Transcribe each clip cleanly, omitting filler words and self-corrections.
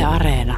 Areena.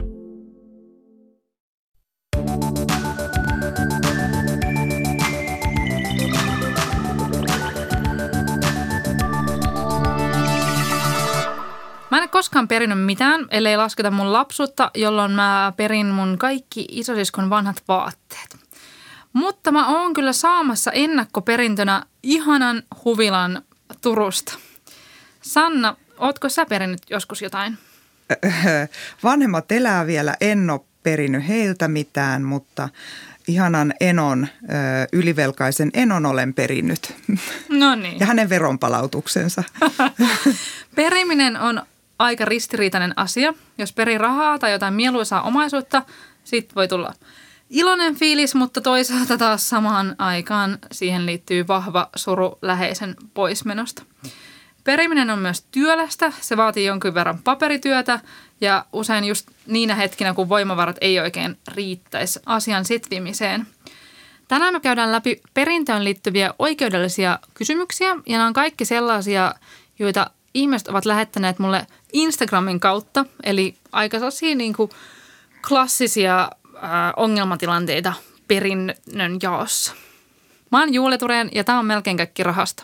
Mä en ole koskaan perinyt mitään, ellei lasketa mun lapsuutta, jolloin mä perin mun kaikki isosiskon vanhat vaatteet. Mutta mä oon kyllä saamassa ennakkoperintönä ihanan huvilan Turusta. Sanna, ootko sä perinnyt joskus jotain? Vanhemmat elää vielä, en ole perinnyt heiltä mitään, mutta ihanan Enon, ylivelkaisen Enon olen perinnyt. No niin. Ja hänen veronpalautuksensa. Periminen on aika ristiriitainen asia. Jos perii rahaa tai jotain mieluisaa omaisuutta, sit voi tulla iloinen fiilis, mutta toisaalta taas samaan aikaan siihen liittyy vahva suru läheisen poismenosta. Periminen on myös työlästä, se vaatii jonkin verran paperityötä ja usein just niinä hetkinä, kun voimavarat ei oikein riittäisi asian sitvimiseen. Tänään me käydään läpi perintöön liittyviä oikeudellisia kysymyksiä ja nämä on kaikki sellaisia, joita ihmiset ovat lähettäneet mulle Instagramin kautta, eli aika sellaisia niin kuin klassisia ongelmatilanteita perinnön jaossa. Mä oon Juule Tureen ja tää on Melkein kaikki rahasta.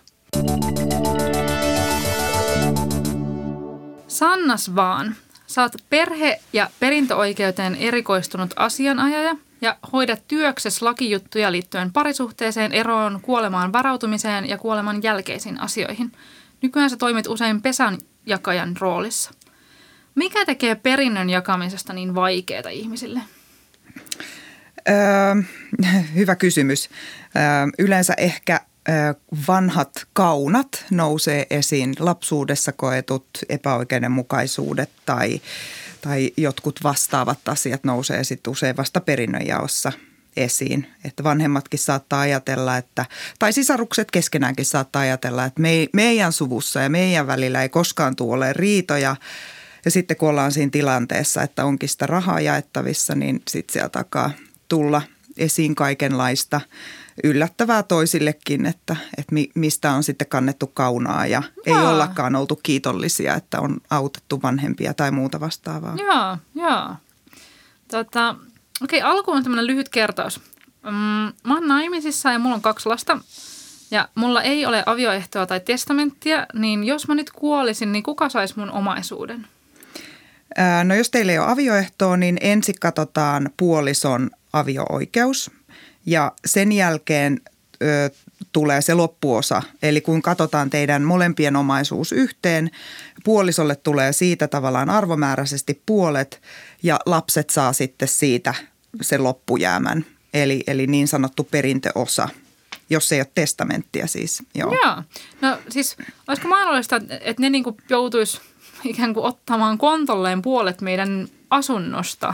Sannas vaan. Sä oot perhe- ja perintöoikeuteen erikoistunut asianajaja ja hoidat työksessä lakijuttuja liittyen parisuhteeseen, eroon, kuolemaan varautumiseen ja kuoleman jälkeisiin asioihin. Nykyään sä toimit usein pesänjakajan roolissa. Mikä tekee perinnön jakamisesta niin vaikeaa ihmisille? Hyvä kysymys. Yleensä ehkä vanhat kaunat nousee esiin, lapsuudessa koetut epäoikeudenmukaisuudet tai jotkut vastaavat asiat nousee sitten usein vasta perinnönjaossa esiin. Että vanhemmatkin saattaa ajatella, tai sisarukset keskenäänkin saattaa ajatella, että meidän suvussa ja meidän välillä ei koskaan tule ole riitoja. Ja sitten kun ollaan siinä tilanteessa, että onkin sitä rahaa jaettavissa, niin sitten sieltä alkaa tulla esiin kaikenlaista yllättävää toisillekin, että mistä on sitten kannettu kaunaa ja ei ollakaan oltu kiitollisia, että on autettu vanhempia tai muuta vastaavaa. Joo. Okei, alkuun on tämmöinen lyhyt kertaus. Mä oon naimisissa ja mulla on 2 lasta ja mulla ei ole avioehtoa tai testamenttia, niin jos mä nyt kuolisin, niin kuka saisi mun omaisuuden? No jos teillä ei ole avioehtoa, niin ensin katsotaan puolison avio-oikeus ja sen jälkeen tulee se loppuosa. Eli kun katsotaan teidän molempien omaisuus yhteen, puolisolle tulee siitä tavallaan arvomääräisesti puolet ja lapset saa sitten siitä sen loppujäämän. Eli niin sanottu perintöosa, jos ei ole testamenttia siis. Joo. No siis olisiko mahdollista, että ne niin kuin joutuisi ikään kuin ottamaan kontolleen puolet meidän asunnosta?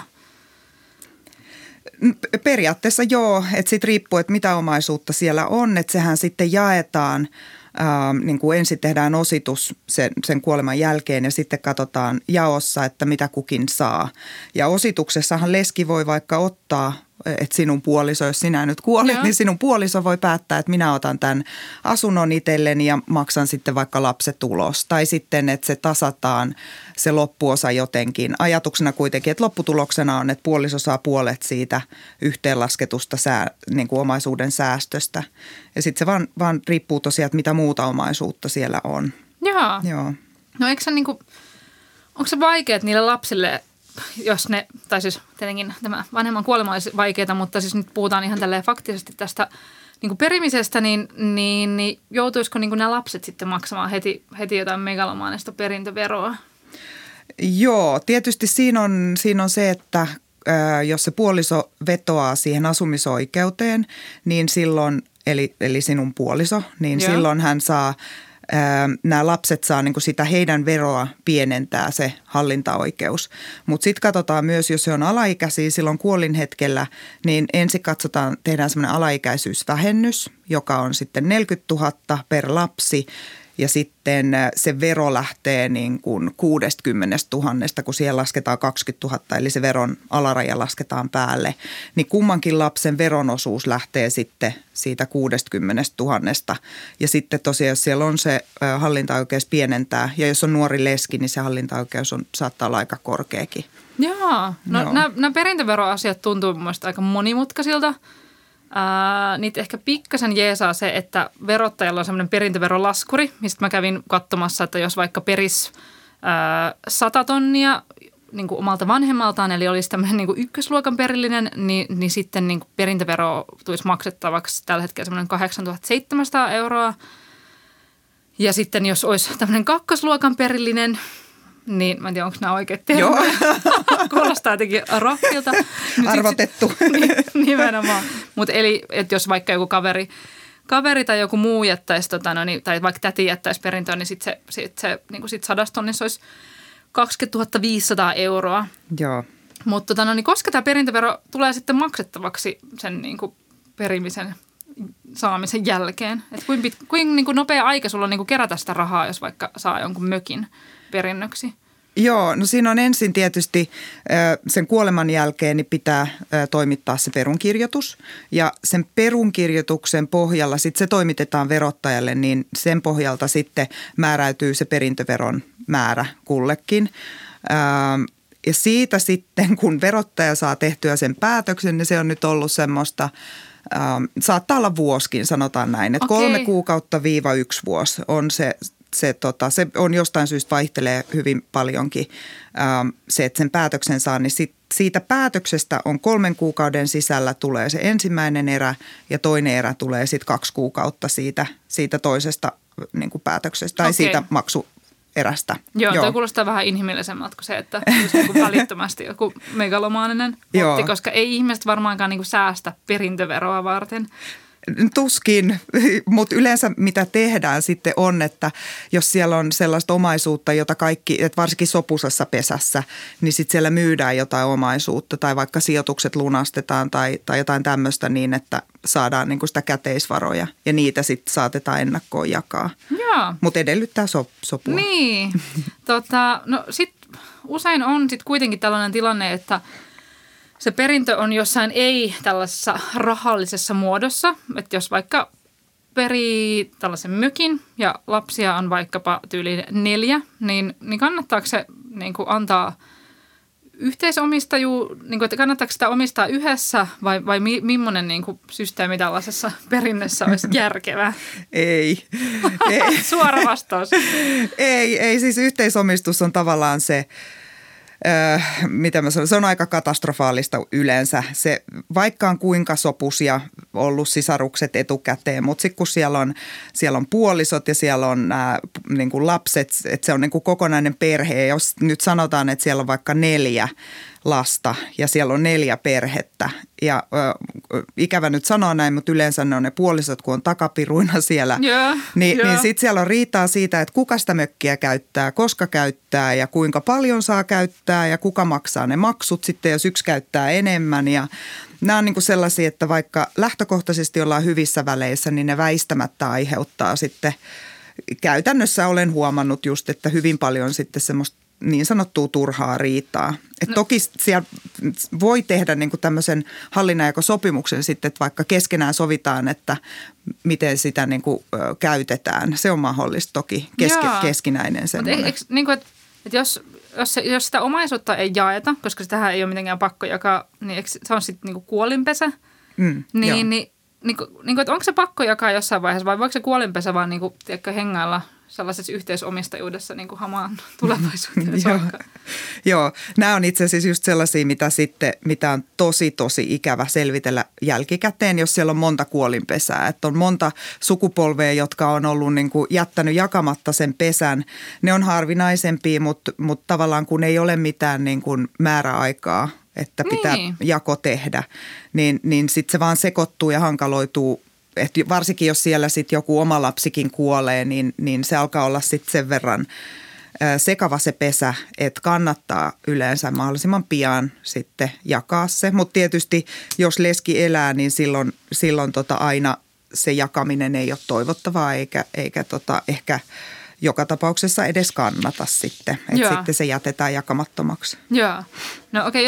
Periaatteessa joo, että sitten riippuu, että mitä omaisuutta siellä on, että sehän sitten jaetaan, niin kuin ensin tehdään ositus sen kuoleman jälkeen ja sitten katsotaan jaossa, että mitä kukin saa. Ja osituksessahan leski voi vaikka ottaa, että sinun puoliso, jos sinä nyt kuolet, niin sinun puoliso voi päättää, että minä otan tämän asunnon itselleni ja maksan sitten vaikka lapset ulos. Tai sitten, että se tasataan se loppuosa jotenkin. Ajatuksena kuitenkin, että lopputuloksena on, että puoliso saa puolet siitä yhteenlasketusta niin kuin omaisuuden säästöstä. Ja sitten se vaan riippuu tosiaan, että mitä muuta omaisuutta siellä on. Joo. No eikö se niin kuin, onko se vaikeaa niille lapsille, jos ne, tai siis tietenkin tämä vanhemman kuolema olisi vaikeaa, mutta siis nyt puhutaan ihan tälleen faktisesti tästä niin kuin perimisestä, niin joutuisiko niin kuin nämä lapset sitten maksamaan heti jotain megalomaanista perintöveroa? Joo, tietysti siinä on se, että jos se puoliso vetoaa siihen asumisoikeuteen, niin silloin, eli sinun puoliso, niin silloin hän saa, nämä lapset saa niin kuin sitä heidän veroa pienentää se hallintaoikeus. Mutta sitten katsotaan myös, jos se on alaikäisiä silloin kuolinhetkellä, niin ensin tehdään semmoinen alaikäisyysvähennys, joka on sitten 40 000 per lapsi. ja sitten se vero lähtee niin kuin 60 000, kun siihen lasketaan 20 000, eli se veron alaraja lasketaan päälle, niin kummankin lapsen veronosuus lähtee sitten siitä 60 000. Ja sitten tosiaan, jos siellä on se hallintaoikeus pienentää, ja jos on nuori leski, niin se hallintaoikeus saattaa olla aika korkeakin. Joo, no nämä perintöveroasiat tuntuu mun mielestä aika monimutkaisilta. Niitä ehkä pikkasen jeesaa se, että verottajalla on semmoinen perintöverolaskuri, mistä mä kävin katsomassa, että jos vaikka peris 100 tonnia niin kuin omalta vanhemmaltaan, eli olisi tämmöinen niin kuin ykkösluokan perillinen, niin sitten niin kuin perintövero tulisi maksettavaksi tällä hetkellä semmoinen 8 700 €. Ja sitten jos olisi tämmöinen kakkosluokan perillinen, niin mä en tiedä, onko nämä oikeat termejä. Kuulostaa jotenkin rohkeilta. Arvotettu. Nimenomaan. Mutta eli, että jos vaikka joku kaveri tai joku muu jättäisi, tai vaikka täti jättäisi perintöön, niin sitten se niin sit 100 tonnissa olisi 20 500 €. Joo. Mutta niin koska tämä perintövero tulee sitten maksettavaksi sen niin kuin perimisen saamisen jälkeen? Että kuinka niin kuin nopea aika sulla on niin kuin kerätä sitä rahaa, jos vaikka saa jonkun mökin perinnöksi? Joo, no siinä on ensin tietysti sen kuoleman jälkeen niin pitää toimittaa se perunkirjoitus ja sen perunkirjoituksen pohjalla sitten se toimitetaan verottajalle, niin sen pohjalta sitten määräytyy se perintöveron määrä kullekin. Ja siitä sitten, kun verottaja saa tehtyä sen päätöksen, niin se on nyt ollut semmoista, saattaa olla vuosikin, sanotaan näin, että 3 kuukautta - 1 vuosi on se on jostain syystä vaihtelee hyvin paljonkin se, että sen päätöksen saa, niin siitä päätöksestä on 3 kuukauden sisällä tulee se ensimmäinen erä ja toinen erä tulee sitten 2 kuukautta siitä toisesta niin kuin päätöksestä tai siitä maksuerästä. Joo, toi kuulostaa vähän inhimillisemmältä kuin se, että olisi niin välittömästi joku megalomaaninen potti, koska ei ihmiset varmaankaan niin kuin säästä perintöveroa varten. Tuskin, mutta yleensä mitä tehdään sitten on, että jos siellä on sellaista omaisuutta, jota kaikki, että varsinkin sopuisessa pesässä, niin sitten siellä myydään jotain omaisuutta tai vaikka sijoitukset lunastetaan tai jotain tämmöistä niin, että saadaan niin kuin sitä käteisvaroja ja niitä sitten saatetaan ennakkoon jakaa. Mutta edellyttää sopua. Niin, no sitten usein on sitten kuitenkin tällainen tilanne, että se perintö on jossain ei tällaisessa rahallisessa muodossa, että jos vaikka perii tällaisen mökin ja lapsia on vaikkapa tyyliin 4, niin kannattaako se niin kuin antaa niin kuin, että kannattaako sitä omistaa yhdessä vai millainen niin kuin systeemi tällaisessa perinnössä olisi järkevää? Ei. Suora vastaus. Ei, siis yhteisomistus on tavallaan se, mitä mä sanon, se on aika katastrofaalista yleensä. Se, vaikka on kuinka sopuisia ollut sisarukset etukäteen, mutta sitten kun siellä on puolisot ja siellä on niin kuin lapset, että se on niin kuin kokonainen perhe. Ja jos nyt sanotaan, että siellä on vaikka 4 lasta ja siellä on 4 perhettä ja ikävä nyt sanoa näin, mutta yleensä ne on ne puolisot, kun on takapiruina siellä. Niin sitten siellä on riitaa siitä, että kuka sitä mökkiä käyttää, koska käyttää ja kuinka paljon saa käyttää ja kuka maksaa ne maksut sitten, jos yksi käyttää enemmän. Ja nämä on niin kuin sellaisia, että vaikka lähtökohtaisesti ollaan hyvissä väleissä, niin ne väistämättä aiheuttaa sitten, käytännössä olen huomannut just, että hyvin paljon sitten semmoista niin sanottua turhaa riitaa. Toki siellä voi tehdä niin kuin tämmöisen hallinnanjakosopimuksen sitten, että vaikka keskenään sovitaan, että miten sitä niin kuin käytetään. Se on mahdollista toki, keskinäinen semmoinen. Niin kuin, että jos sitä omaisuutta ei jaeta, koska sitähän ei ole mitenkään pakko jakaa, niin se on sitten niin kuin kuolinpesä, niin että onko se pakko jakaa jossain vaiheessa vai voiko se kuolinpesä vaan niin kuin, tiedätkö, hengailla sellaisessa yhteisomistajuudessa niin kuin hamaan tulevaisuuteen saakka? Joo, nämä on itse asiassa just sellaisia, mitä on tosi ikävä selvitellä jälkikäteen, jos siellä on monta kuolinpesää. Että on monta sukupolvea, jotka on ollut niin kuin jättänyt jakamatta sen pesän. Ne on harvinaisempia, mutta tavallaan kun ei ole mitään niin kuin määräaikaa, että pitää jako tehdä, niin sitten se vaan sekoittuu ja hankaloituu. Että varsinkin jos siellä sitten joku oma lapsikin kuolee, niin se alkaa olla sitten sen verran sekava se pesä, että kannattaa yleensä mahdollisimman pian sitten jakaa se. Mutta tietysti jos leski elää, niin silloin aina se jakaminen ei ole toivottavaa eikä ehkä joka tapauksessa edes kannata sitten. Että sitten se jätetään jakamattomaksi. Joo. No okei,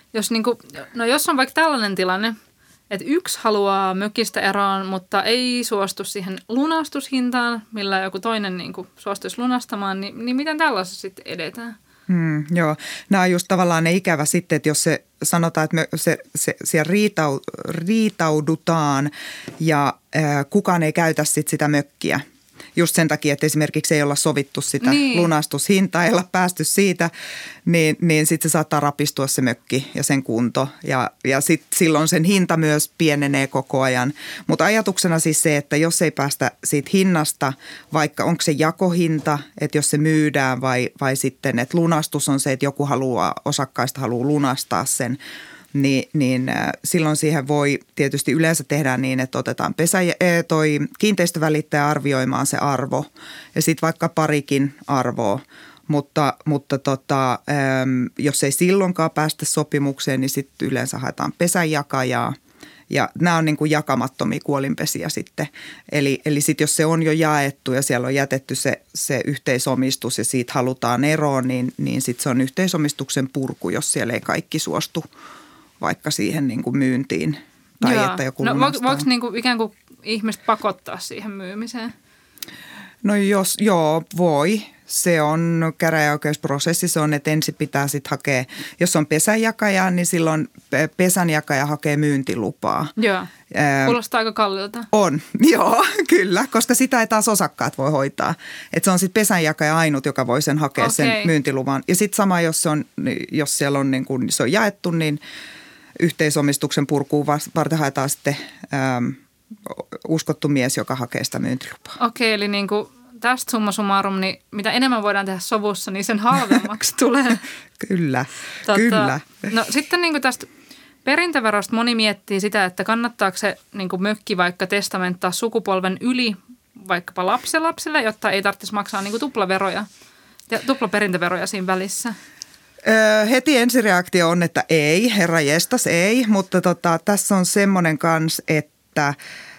jos on vaikka tällainen tilanne, että yksi haluaa mökistä eroon, mutta ei suostu siihen lunastushintaan, millä joku toinen niin kuin suostuisi lunastamaan, niin miten tällaisessa sitten edetään? Joo, nämä on just tavallaan ne ikävä sitten, että jos se sanotaan, että siellä riitaudutaan ja kukaan ei käytä sit sitä mökkiä. Just sen takia, että esimerkiksi ei olla sovittu sitä lunastushintaa, ei olla päästy siitä, niin sitten se saattaa rapistua se mökki ja sen kunto. Ja sitten silloin sen hinta myös pienenee koko ajan. Mutta ajatuksena siis se, että jos ei päästä siitä hinnasta, vaikka onko se jakohinta, että jos se myydään vai sitten, että lunastus on se, että joku osakkaista haluaa lunastaa sen, niin silloin siihen voi tietysti yleensä tehdä niin, että otetaan toi kiinteistövälittäjä arvioimaan se arvo ja sitten vaikka parikin arvoa, mutta jos ei silloinkaan päästä sopimukseen, niin sitten yleensä haetaan pesänjakajaa ja nämä on niin kuin jakamattomia kuolinpesiä sitten. Eli sitten jos se on jo jaettu ja siellä on jätetty se yhteisomistus ja siitä halutaan eroon, niin sitten se on yhteisomistuksen purku, jos siellä ei kaikki suostu vaikka siihen niin kuin myyntiin tai että joku lunastaa. Voiko niin kuin ikään kuin ihmiset pakottaa siihen myymiseen? No voi. Se on käräjäoikeusprosessi, se on, että ensin pitää sitten hakea, jos on pesänjakaja, niin silloin pesänjakaja hakee myyntilupaa. Joo. Kuulostaa aika kalliilta. On, joo, kyllä, koska sitä ei taas osakkaat voi hoitaa. Että se on sitten pesänjakaja ainut, joka voi sen hakea sen myyntiluvan. Ja sitten sama, jos siellä on niin kuin, se on jaettu, niin yhteisomistuksen purkuun varten haetaan sitten uskottu mies, joka hakee sitä myyntilupaa. Okei, eli niin kuin tästä summa summarum, niin mitä enemmän voidaan tehdä sovussa, niin sen halvemmaksi tulee. Kyllä, kyllä. No sitten niin kuin tästä perintöverosta moni miettii sitä, että kannattaako se niin kuin mökki vaikka testamenttaa sukupolven yli vaikkapa lapsenlapsille, jotta ei tarvitsisi maksaa niin kuin tuplaveroja ja tuplaperintöveroja siinä välissä. Heti ensireaktio on, että ei, herranjestas ei, mutta tässä on semmoinen kans, että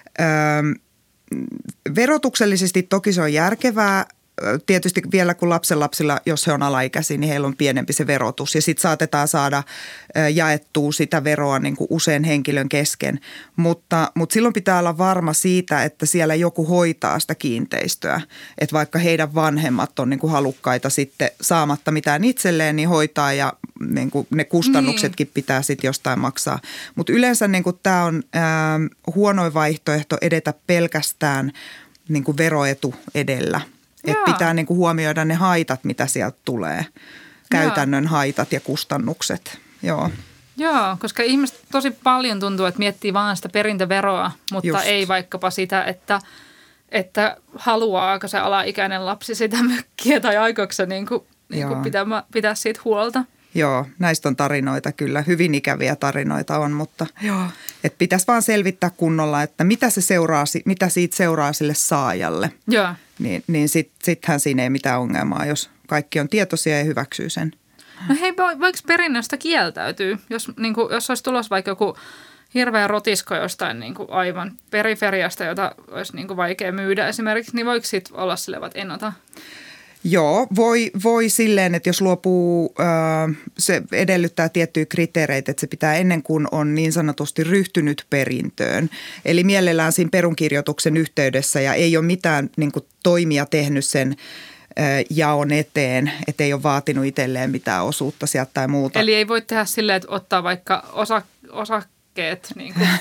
verotuksellisesti toki se on järkevää. Tietysti vielä kun lapsenlapsilla, jos he on alaikäisiä, niin heillä on pienempi se verotus. Ja sitten saatetaan saada jaettua sitä veroa niin kuin usein henkilön kesken. Mutta silloin pitää olla varma siitä, että siellä joku hoitaa sitä kiinteistöä. Että vaikka heidän vanhemmat on niin kuin halukkaita sitten saamatta mitään itselleen, niin hoitaa ja niin kuin ne kustannuksetkin pitää sitten jostain maksaa. Mutta yleensä niin kuin tämä on huonoin vaihtoehto edetä pelkästään niin kuin veroetu edellä. Että pitää niinku huomioida ne haitat, mitä sieltä tulee, käytännön haitat ja kustannukset. Joo, koska ihmiset tosi paljon tuntuu, että miettii vaan sitä perintöveroa, mutta ei vaikkapa sitä, että haluaako se alaikäinen lapsi sitä mökkiä tai aikooko se niinku pitää siitä huolta. Joo, näistä on tarinoita kyllä. Hyvin ikäviä tarinoita on, mutta että pitäisi vaan selvittää kunnolla, että mitä siitä seuraa sille saajalle. Joo. Niin sittenhän siinä ei mitään ongelmaa, jos kaikki on tietoisia ja hyväksyy sen. No hei, voiko perinnöstä kieltäytyy? Jos olisi tulossa vaikka joku hirveä rotisko jostain niin kuin aivan periferiasta, jota olisi niin kuin vaikea myydä esimerkiksi, niin voiko siitä olla silleen, että en ota? Joo, voi silleen, että jos luopuu, se edellyttää tiettyjä kriteereitä, että se pitää ennen kuin on niin sanotusti ryhtynyt perintöön. Eli mielellään siinä perunkirjoituksen yhteydessä ja ei ole mitään niin kuin toimia tehnyt sen jaon eteen, että ei ole vaatinut itselleen mitään osuutta sieltä tai muuta. Eli ei voi tehdä silleen, että ottaa vaikka osakkeet. Niin kuin.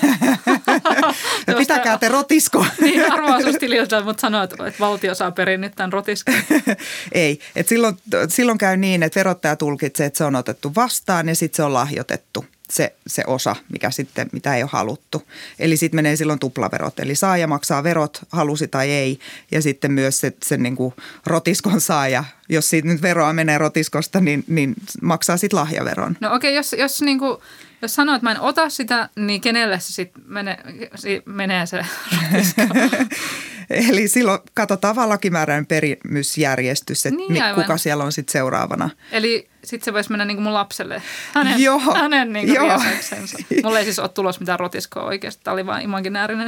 Ja pitäkää te rotisko. Niin, arvo-osuustililtä, mutta sanoo, että valtio saa perinnit tämän rotiskon. Ei, että silloin käy niin, että verottaja tulkitsee, että se on otettu vastaan ja sitten se on lahjoitettu. Se osa, mitä ei ole haluttu. Eli sitten menee silloin tuplaverot. Eli saaja maksaa verot, halusi tai ei. Ja sitten myös se niin kuin rotiskon saaja, jos siitä nyt veroa menee rotiskosta, niin maksaa sitten lahjaveron. No okei, jos sanoo, että mä en ota sitä, niin kenelle se sitten menee se rotisko? Eli silloin katsotaan vaan lakimääräinen perimysjärjestys, että kuka siellä on sitten seuraavana. Eli sitten se voisi mennä niin kuin mun lapselle, hänen niin kuin viesaksensa. Mulla ei siis ole tulossa mitään rotiskoa oikeasti, tämä oli vaan imaginäärinen.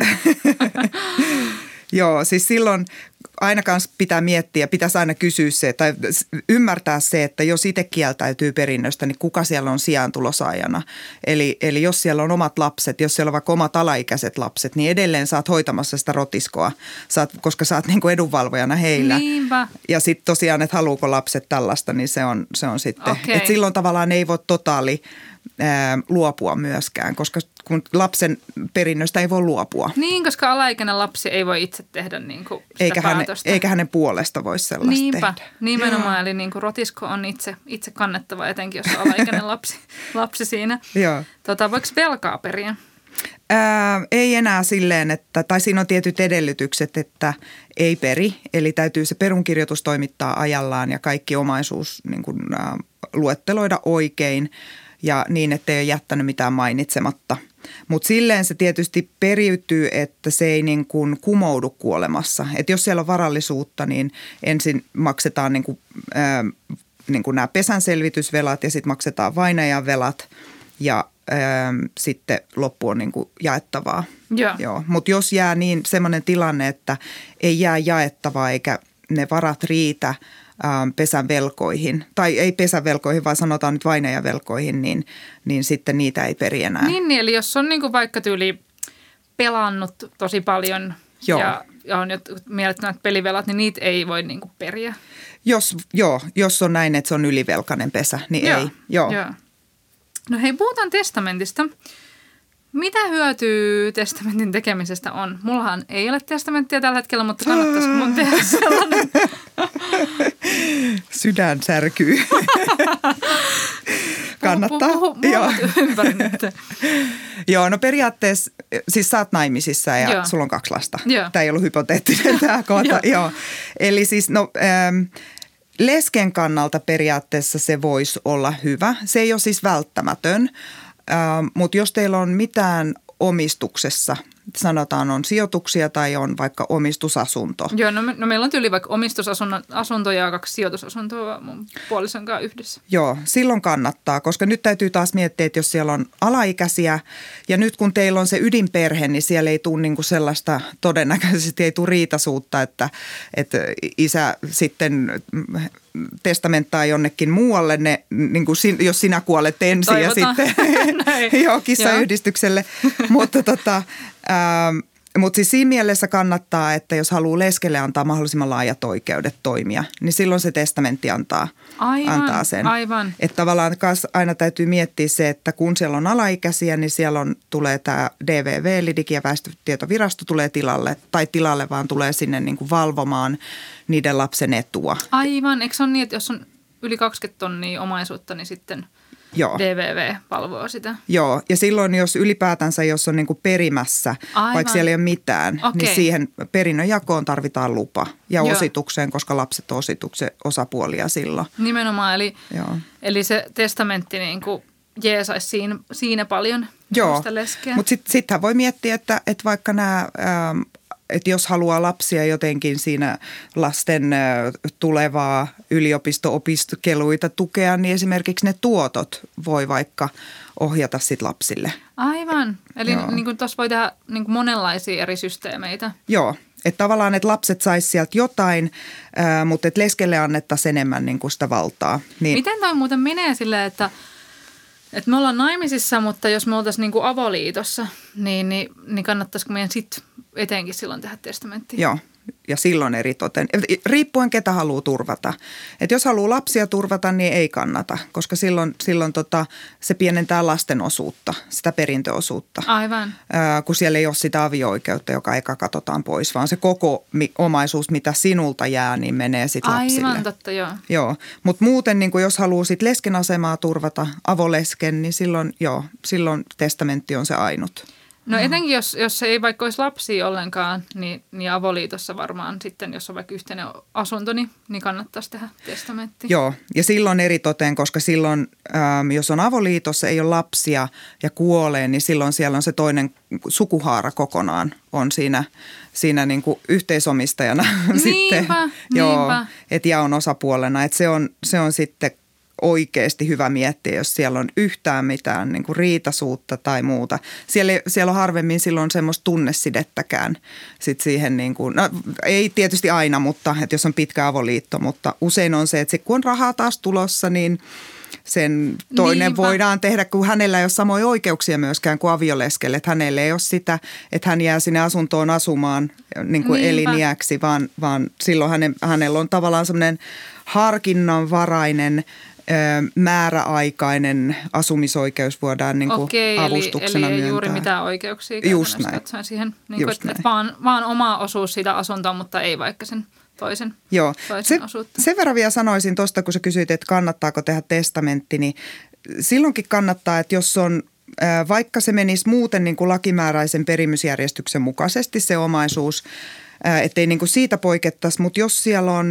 Joo, siis silloin aina kanssa pitää miettiä, pitäisi aina kysyä se tai ymmärtää se, että jos itse kieltäytyy perinnöstä, niin kuka siellä on sijaantulosaajana. Eli jos siellä on omat lapset, jos siellä on vaikka omat alaikäiset lapset, niin edelleen saat hoitamassa sitä rotiskoa, koska sä oot niin kuin edunvalvojana heillä. Niinpä. Ja sitten tosiaan, että haluuko lapset tällaista, niin se on sitten, että silloin tavallaan ei voi luopua myöskään, koska kun lapsen perinnöstä ei voi luopua. Niin, koska alaikäinen lapsi ei voi itse tehdä niin kuin sitä päätöstä. Eikä hänen puolesta voi sellaista tehdä. Nimenomaan. Eli niin kuin rotisko on itse kannettava, etenkin jos on alaikäinen lapsi siinä. Joo. Voiko velkaa periä? Ei enää silleen, tai siinä on tietyt edellytykset, että ei peri. Eli täytyy se perunkirjoitus toimittaa ajallaan ja kaikki omaisuus niin kuin, luetteloida oikein. Ja niin, ettei ole jättänyt mitään mainitsematta. Mutta silleen se tietysti periytyy, että se ei niin kuin kumoudu kuolemassa. Että jos siellä on varallisuutta, niin ensin maksetaan niin kuin nämä pesänselvitysvelat ja sitten maksetaan vainajan velat ja sitten loppu on niin kuin jaettavaa. Joo. Mutta jos jää niin semmoinen tilanne, että ei jää jaettavaa eikä ne varat riitä pesän velkoihin, tai ei pesän velkoihin, vaan sanotaan nyt vainajavelkoihin, niin sitten niitä ei peri enää. Niin, eli jos on niin kuin vaikka tyyli pelannut tosi paljon ja on jo mielettömät pelivelat, niin niitä ei voi niin kuin periä. Jos on näin, että se on ylivelkainen pesä, niin ei. Joo. No hei, puhutaan testamentista. Mitä hyötyä testamentin tekemisestä on? Mullahan ei ole testamenttia tällä hetkellä, mutta kannattaisiko mun tehdä sellainen? Sydän särkyy. Kannattaa. Puhu ympäri nyt. Joo, no periaatteessa, siis sä oot naimisissa ja sulla on 2 lasta. Tämä ei ollut hypoteettinen tämä kohta. Joo. Eli siis lesken kannalta periaatteessa se voisi olla hyvä. Se ei ole siis välttämätön. Mutta jos teillä on mitään omistuksessa, sanotaan on sijoituksia tai on vaikka omistusasunto. Joo, no meillä on tyyli vaikka omistusasunto ja 2 sijoitusasuntoa mun puolison kanssa yhdessä. Joo, silloin kannattaa, koska nyt täytyy taas miettiä, että jos siellä on alaikäisiä ja nyt kun teillä on se ydinperhe, niin siellä ei tule niinku sellaista, todennäköisesti ei tule riitaisuutta, että isä sitten testamenttaa jonnekin muualle, niin kuin jos sinä kuolet ensin. Toivotaan. Ja sitten kissayhdistykselle. Mutta siis siinä mielessä kannattaa, että jos haluaa leskelle antaa mahdollisimman laajat oikeudet toimia, niin silloin se testamentti antaa sen. Aivan. Että tavallaan aina täytyy miettiä se, että kun siellä on alaikäisiä, niin siellä tulee tämä DVV, eli Digi- ja väestötietovirasto tulee tilalle vaan tulee sinne niin kuin valvomaan niiden lapsen etua. Aivan. Eikö se ole niin, että jos on yli 20 tonnia omaisuutta, niin sitten DVV valvoo sitä? Joo, ja silloin jos ylipäätänsä, jos on niin kuin perimässä, vaikka siellä ei ole mitään, niin siihen perinnön jakoon tarvitaan lupa. Ja ositukseen, koska lapset on osituksen osapuolia silloin. Nimenomaan, eli se testamentti niin kuin jeesaisi siinä paljon sitä leskeä. Mutta sittenhän voi miettiä, että vaikka nämä että jos haluaa lapsia jotenkin siinä lasten tulevaa yliopisto-opiskeluita tukea, niin esimerkiksi ne tuotot voi vaikka ohjata sit lapsille. Aivan. Eli niin kuin tuossa voi tehdä niin kuin monenlaisia eri systeemeitä. Joo. Että tavallaan, että lapset saisi sieltä jotain, mutta että leskelle annettaisiin enemmän niin kuin sitä valtaa. Niin. Miten toi muuten menee silleen, että me ollaan naimisissa, mutta jos me oltaisiin niin kuin avoliitossa, niin kannattaisiko meidän sitten etenkin silloin tehdä testamentti? Joo, ja silloin eritoten. Riippuen ketä haluaa turvata. Että jos haluaa lapsia turvata, niin ei kannata, koska silloin se pienentää lasten osuutta, sitä perintöosuutta. Aivan. Kun siellä ei ole sitä avio-oikeutta, joka eka katsotaan pois, vaan se koko omaisuus, mitä sinulta jää, niin menee sitten lapsille. Aivan, totta, Joo, mutta muuten niin jos haluaa sitten lesken asemaa turvata, avolesken, niin silloin testamentti on se ainut. No etenkin, jos ei vaikka olisi lapsia ollenkaan, niin avoliitossa varmaan sitten, jos on vaikka yhteinen asunto, niin kannattaisi tehdä testamentti. Joo, ja silloin eritoten, koska silloin, jos on avoliitossa, ei ole lapsia ja kuolee, niin silloin siellä on se toinen sukuhaara kokonaan on siinä niin kuin yhteisomistajana sitten. Joo, että jaon osapuolena, että se on sitten oikeasti hyvä miettiä, jos siellä on yhtään mitään niin kuin riitaisuutta tai muuta. Siellä on harvemmin silloin semmoista tunnesidettäkään sit siihen, niin kuin, no ei tietysti aina, mutta että jos on pitkä avoliitto, mutta usein on se, että kun on rahaa taas tulossa, niin sen toinen voidaan tehdä, kun hänellä ei ole samoja oikeuksia myöskään kuin avioleskelle. Että hänellä ei ole sitä, että hän jää sinne asuntoon asumaan niin kuin eliniäksi, vaan silloin hänellä on tavallaan semmoinen harkinnanvarainen määräaikainen asumisoikeus voidaan niin kuin avustuksena eli ei myöntää. juuri mitään oikeuksia Just näin. siihen, niin kuin, että vaan oma osuus siitä asuntoa, mutta ei vaikka sen toisen osuutta. Sen verran vielä sanoisin tuosta, kun sä kysyit, että kannattaako tehdä testamentti, niin silloinkin kannattaa, että jos on vaikka se menisi muuten niin kuin lakimääräisen perimysjärjestyksen mukaisesti se omaisuus, ettei niin kuin siitä poikettaisi, mutta jos siellä on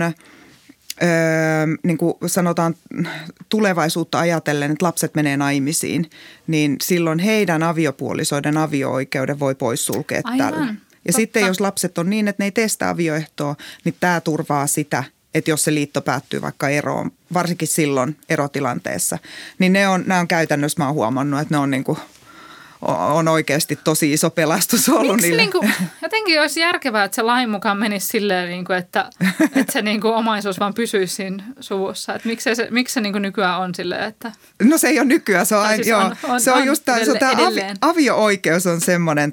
niin kuin sanotaan tulevaisuutta ajatellen, että lapset menee naimisiin, niin silloin heidän aviopuolisoiden avio-oikeuden voi poissulkea tällä. Ja totta. Sitten jos lapset on niin, että ne ei tee sitä avioehtoa, niin tämä turvaa sitä, että jos se liitto päättyy vaikka eroon, varsinkin silloin erotilanteessa, niin nämä on käytännössä, mä oon huomannut, että ne on niin kuin on oikeasti tosi iso pelastus ollut niille. Miksi jotenkin olisi järkevää, että se lain mukaan menisi silleen, että se omaisuus vaan pysyisi siinä suvussa? Että miksi se nykyään on silleen, että... No se ei ole nykyään, se on, se on just tämä avio-oikeus on semmoinen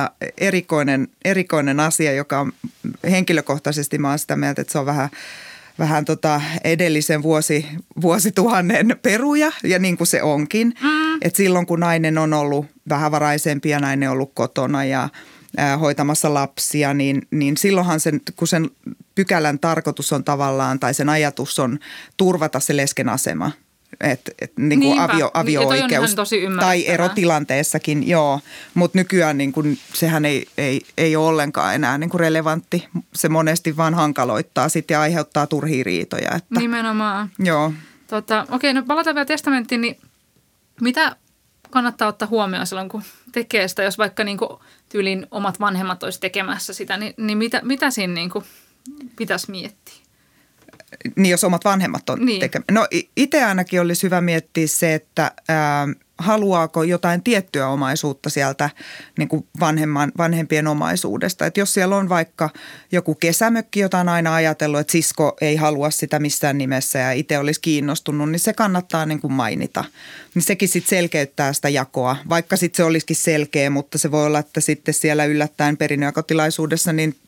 erikoinen asia, joka on henkilökohtaisesti, mä oon sitä mieltä, että se on vähän edellisen vuosituhannen peruja, ja niin kuin se onkin. Että silloin, kun nainen on ollut vähävaraisempi ja nainen on ollut kotona ja hoitamassa lapsia, niin silloinhan kun sen pykälän tarkoitus on tavallaan, tai sen ajatus on turvata se lesken asema. Niin kuin avio-oikeus tai erotilanteessakin, joo. Mutta nykyään niin kuin, sehän ei ole ollenkaan enää niin kuin relevantti. Se monesti vaan hankaloittaa sitten ja aiheuttaa turhia riitoja. Että, nimenomaan. Joo. Okei, no palataan vielä testamenttiin, niin mitä kannattaa ottaa huomioon silloin, kun tekee sitä, jos vaikka niin kuin tyylin omat vanhemmat olisi tekemässä sitä, niin mitä siinä niin kuin pitäisi miettiä? Niin, jos omat vanhemmat on tekemässä. No itse ainakin olisi hyvä miettiä se, että haluaako jotain tiettyä omaisuutta sieltä niin kuin vanhempien omaisuudesta. Että jos siellä on vaikka joku kesämökki, jota on aina ajatellut, että sisko ei halua sitä missään nimessä ja itse olisi kiinnostunut, niin se kannattaa niin kuin mainita. Niin sekin sitten selkeyttää sitä jakoa, vaikka sitten se olisikin selkeä, mutta se voi olla, että sitten siellä yllättäen perinnönjakotilaisuudessa niin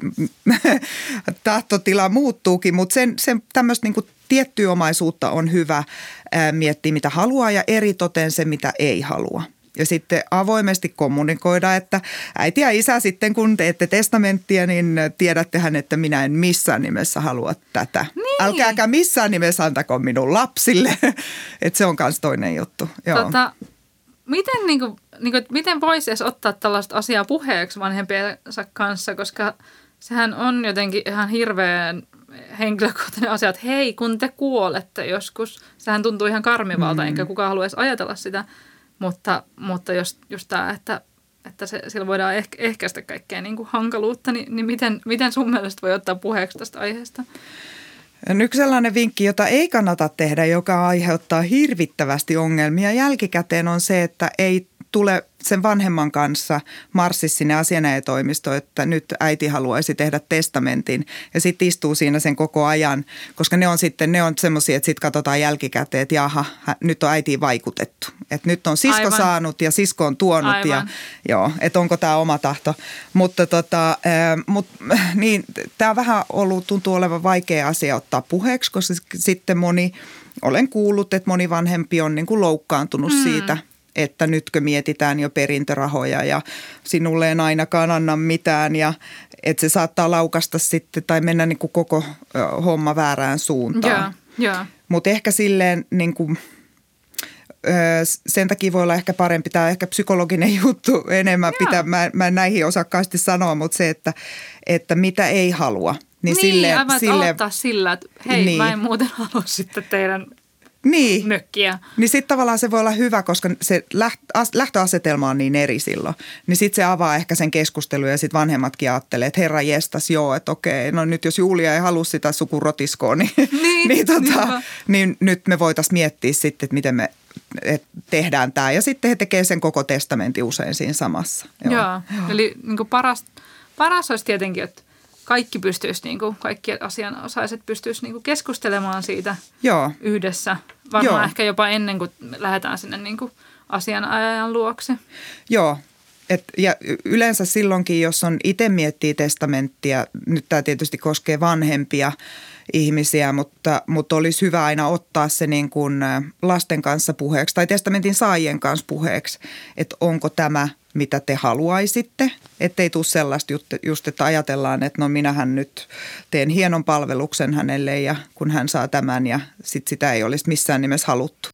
tahtotila muuttuukin, mutta sen tämmöistä niin kuin tiettyä omaisuutta on hyvä miettiä, mitä haluaa ja eritoten se, mitä ei halua. Ja sitten avoimesti kommunikoida, että äiti ja isä sitten, kun teette testamenttia, niin tiedättehän, että minä en missään nimessä halua tätä. Niin. Älkääkä missään nimessä antako minun lapsille. Että se on myös toinen juttu. Joo. Miten voisi edes ottaa tällaista asiaa puheeksi vanhempiensa kanssa, koska sehän on jotenkin ihan hirveän henkilökohtainen asia, että hei, kun te kuolette joskus, sehän tuntuu ihan karmivalta, enkä kukaan haluaisi ajatella sitä, mutta just tämä, että sillä voidaan ehkäistä kaikkea niin kuin hankaluutta, niin miten sun mielestä voi ottaa puheeksi tästä aiheesta? Yksi sellainen vinkki, jota ei kannata tehdä, joka aiheuttaa hirvittävästi ongelmia jälkikäteen on se, että ei tule sen vanhemman kanssa marssi sinne asianajotoimistoon, että nyt äiti haluaisi tehdä testamentin ja sitten istuu siinä sen koko ajan, koska ne on semmoisia, että sitten katsotaan jälkikäteen, että jaha, nyt on äitiin vaikutettu. Että nyt on sisko saanut ja sisko on tuonut ja joo, että onko tämä oma tahto. Mutta niin, tämä vähän tuntuu olevan vaikea asia ottaa puheeksi, koska sitten olen kuullut, että moni vanhempi on niin kuin loukkaantunut siitä, että nytkö mietitään jo perintörahoja ja sinulle en ainakaan anna mitään ja että se saattaa laukasta sitten tai mennä niin kuin koko homma väärään suuntaan. Yeah. Mutta ehkä silleen niin kuin, sen takia voi olla ehkä parempi, tämä on ehkä psykologinen juttu enemmän, mä en näihin osakkaasti sanoa, mutta se, että mitä ei halua. Niin, aloittaa sillä, että hei, niin. Mä en muuten halua sitten teidän mökkiä. Niin sitten tavallaan se voi olla hyvä, koska se lähtöasetelma on niin eri silloin. Niin sitten se avaa ehkä sen keskustelun ja sitten vanhemmatkin ajattelee, että herra jestas, joo, että okei, no nyt jos Julia ei halua sitä sukurotiskoa, niin nyt me voitaisiin miettiä sitten, että miten me tehdään tämä. Ja sitten he tekee sen koko testamentin usein siinä samassa. Joo. Eli niin paras olisi tietenkin, että kaikki pystyisi, kaikki asianosaiset pystyisi keskustelemaan siitä yhdessä. Varmaan ehkä jopa ennen kuin lähdetään sinne asianajajan luokse. Joo. Ja yleensä silloinkin, jos on itse miettii testamenttia, nyt tämä tietysti koskee vanhempia ihmisiä, mutta olisi hyvä aina ottaa se niin kuin lasten kanssa puheeksi tai testamentin saajien kanssa puheeksi, että onko tämä, mitä te haluaisitte. Ettei tule sellaista just, että ajatellaan, että no minähän nyt teen hienon palveluksen hänelle ja kun hän saa tämän ja sitten sitä ei olisi missään nimessä haluttu.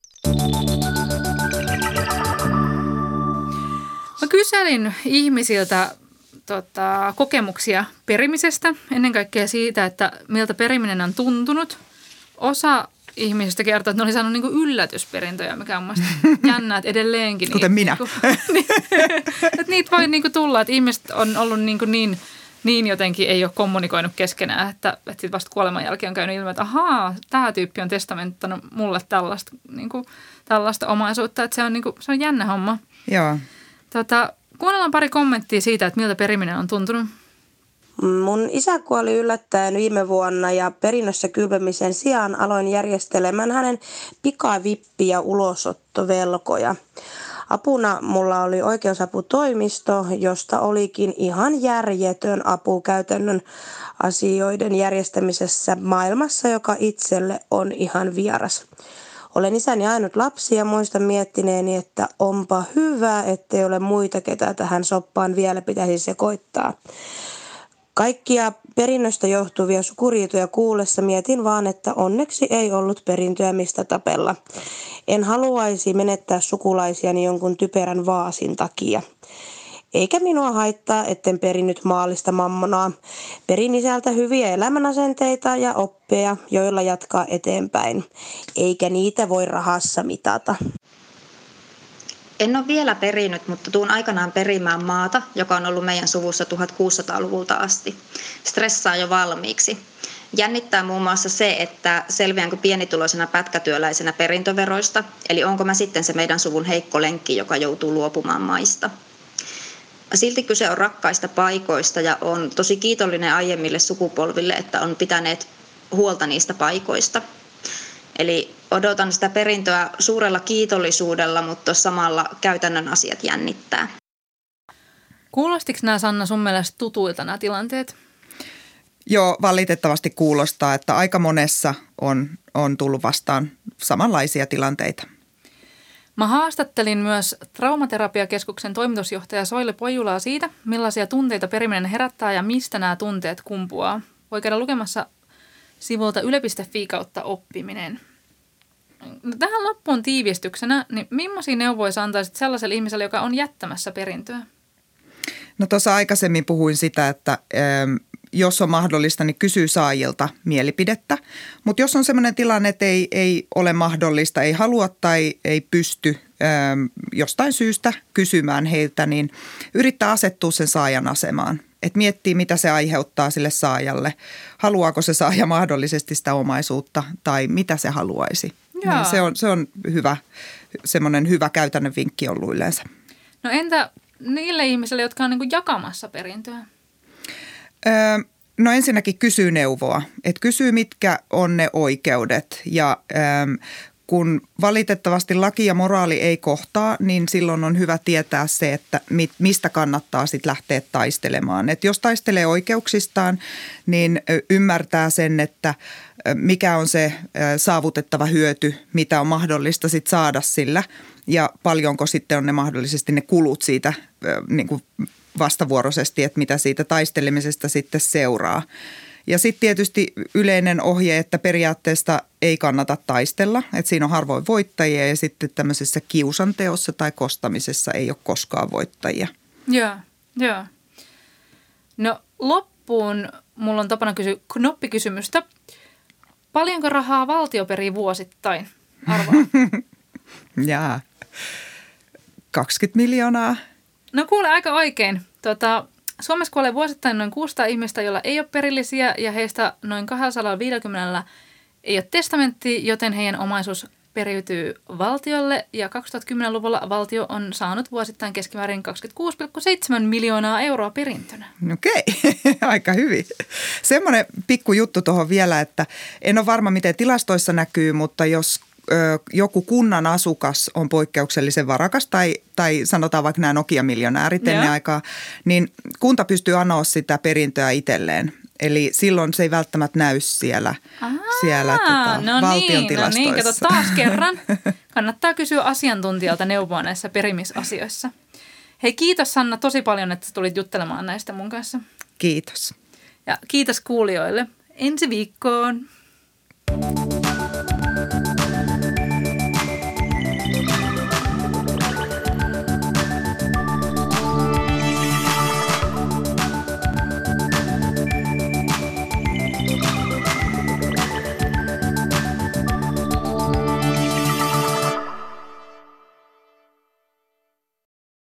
Mä kyselin ihmisiltä kokemuksia perimisestä, ennen kaikkea siitä, että miltä periminen on tuntunut. Osa ihmisistä kertoo, että ne oli saanut yllätysperintöjä, mikä on mielestäni jännä, että edelleenkin. Kuten minä. Että niitä voi tulla, että ihmiset on ollut niin jotenkin ei ole kommunikoinut keskenään, että sitten vasta kuoleman jälkeen on käynyt ilmi, että ahaa, tämä tyyppi on testamenttanut mulle tällaista omaisuutta, että se on jännä homma. Joo. Kuunnellaan pari kommenttia siitä, että miltä periminen on tuntunut. Mun isä kuoli yllättäen viime vuonna ja perinnössä kylpemisen sijaan aloin järjestelemään hänen pikavippi- ja ulosottovelkoja. Apuna mulla oli oikeusaputoimisto, josta olikin ihan järjetön apu käytännön asioiden järjestämisessä maailmassa, joka itselle on ihan vieras. Olen isäni ainut lapsi ja muistan miettineeni, että onpa hyvä, ettei ole muita, ketä tähän soppaan vielä pitäisi sekoittaa. Kaikkia perinnöstä johtuvia sukuriitoja kuullessa mietin vaan, että onneksi ei ollut perintöä mistä tapella. En haluaisi menettää sukulaisiani jonkun typerän vaasin takia. Eikä minua haittaa, etten perinnyt maallista mammonaa. Perin isältä hyviä elämänasenteita ja oppeja, joilla jatkaa eteenpäin. Eikä niitä voi rahassa mitata. En ole vielä perinyt, mutta tuun aikanaan perimään maata, joka on ollut meidän suvussa 1600-luvulta asti. Stressaa jo valmiiksi. Jännittää muun muassa se, että selviänkö pienituloisena pätkätyöläisenä perintöveroista, eli onko mä sitten se meidän suvun heikko lenkki, joka joutuu luopumaan maista. Silti kyse on rakkaista paikoista ja on tosi kiitollinen aiemmille sukupolville, että on pitäneet huolta niistä paikoista. Eli odotan sitä perintöä suurella kiitollisuudella, mutta samalla käytännön asiat jännittää. Kuulostiko nämä, Sanna, sun mielestä tutuilta nämä tilanteet? Joo, valitettavasti kuulostaa, että aika monessa on tullut vastaan samanlaisia tilanteita. Mä haastattelin myös Traumaterapiakeskuksen toimitusjohtaja Soile Pojulaa siitä, millaisia tunteita periminen herättää ja mistä nämä tunteet kumpuaa. Voi käydä lukemassa sivulta yle.fi/oppiminen. Tähän loppuun tiivistyksenä, niin millaisia neuvoja antaisit sellaiselle ihmiselle, joka on jättämässä perintöä? No tuossa aikaisemmin puhuin sitä, että jos on mahdollista, niin kysyy saajilta mielipidettä. Mutta jos on sellainen tilanne, että ei ole mahdollista, ei halua tai ei pysty jostain syystä kysymään heiltä, niin yrittää asettua sen saajan asemaan. Että miettii, mitä se aiheuttaa sille saajalle. Haluaako se saaja mahdollisesti sitä omaisuutta tai mitä se haluaisi. Niin se on hyvä, semmoinen hyvä käytännön vinkki ollut yleensä. No entä niille ihmisille, jotka on niin kuin jakamassa perintöä? No ensinnäkin kysyy neuvoa. Että kysyy, mitkä on ne oikeudet ja kun valitettavasti laki ja moraali ei kohtaa, niin silloin on hyvä tietää se, että mistä kannattaa sitten lähteä taistelemaan. Et jos taistelee oikeuksistaan, niin ymmärtää sen, että mikä on se saavutettava hyöty, mitä on mahdollista sitten saada sillä ja paljonko sitten on ne mahdollisesti ne kulut siitä niin kuin vastavuoroisesti, että mitä siitä taistelemisesta sitten seuraa. Ja sitten tietysti yleinen ohje, että periaatteesta ei kannata taistella, että siinä on harvoin voittajia ja sitten tämmöisessä kiusanteossa tai kostamisessa ei ole koskaan voittajia. Joo. No loppuun mulla on tapana kysyä knoppikysymystä. Paljonko rahaa valtio perii vuosittain? Arvaa. Jaa, 20 miljoonaa. No kuule aika oikein. Suomessa kuolee vuosittain noin 600 ihmistä, joilla ei ole perillisiä ja heistä noin 250 ei ole testamenttia, joten heidän omaisuus periytyy valtiolle ja 2010-luvulla valtio on saanut vuosittain keskimäärin 26,7 miljoonaa euroa perintönä. Okei, aika hyvin. Semmoinen pikku juttu tuohon vielä, että en ole varma miten tilastoissa näkyy, mutta jos joku kunnan asukas on poikkeuksellisen varakas tai sanotaan vaikka nämä Nokia-miljonäärit ennen aikaa, niin kunta pystyy anoa sitä perintöä itselleen. Eli silloin se ei välttämättä näy siellä valtion tilastoissa. No niin, kato taas kerran. Kannattaa kysyä asiantuntijalta neuvoa näissä perimisasioissa. Hei, kiitos Sanna tosi paljon, että tulit juttelemaan näistä mun kanssa. Kiitos. Ja kiitos kuulijoille. Ensi viikkoon.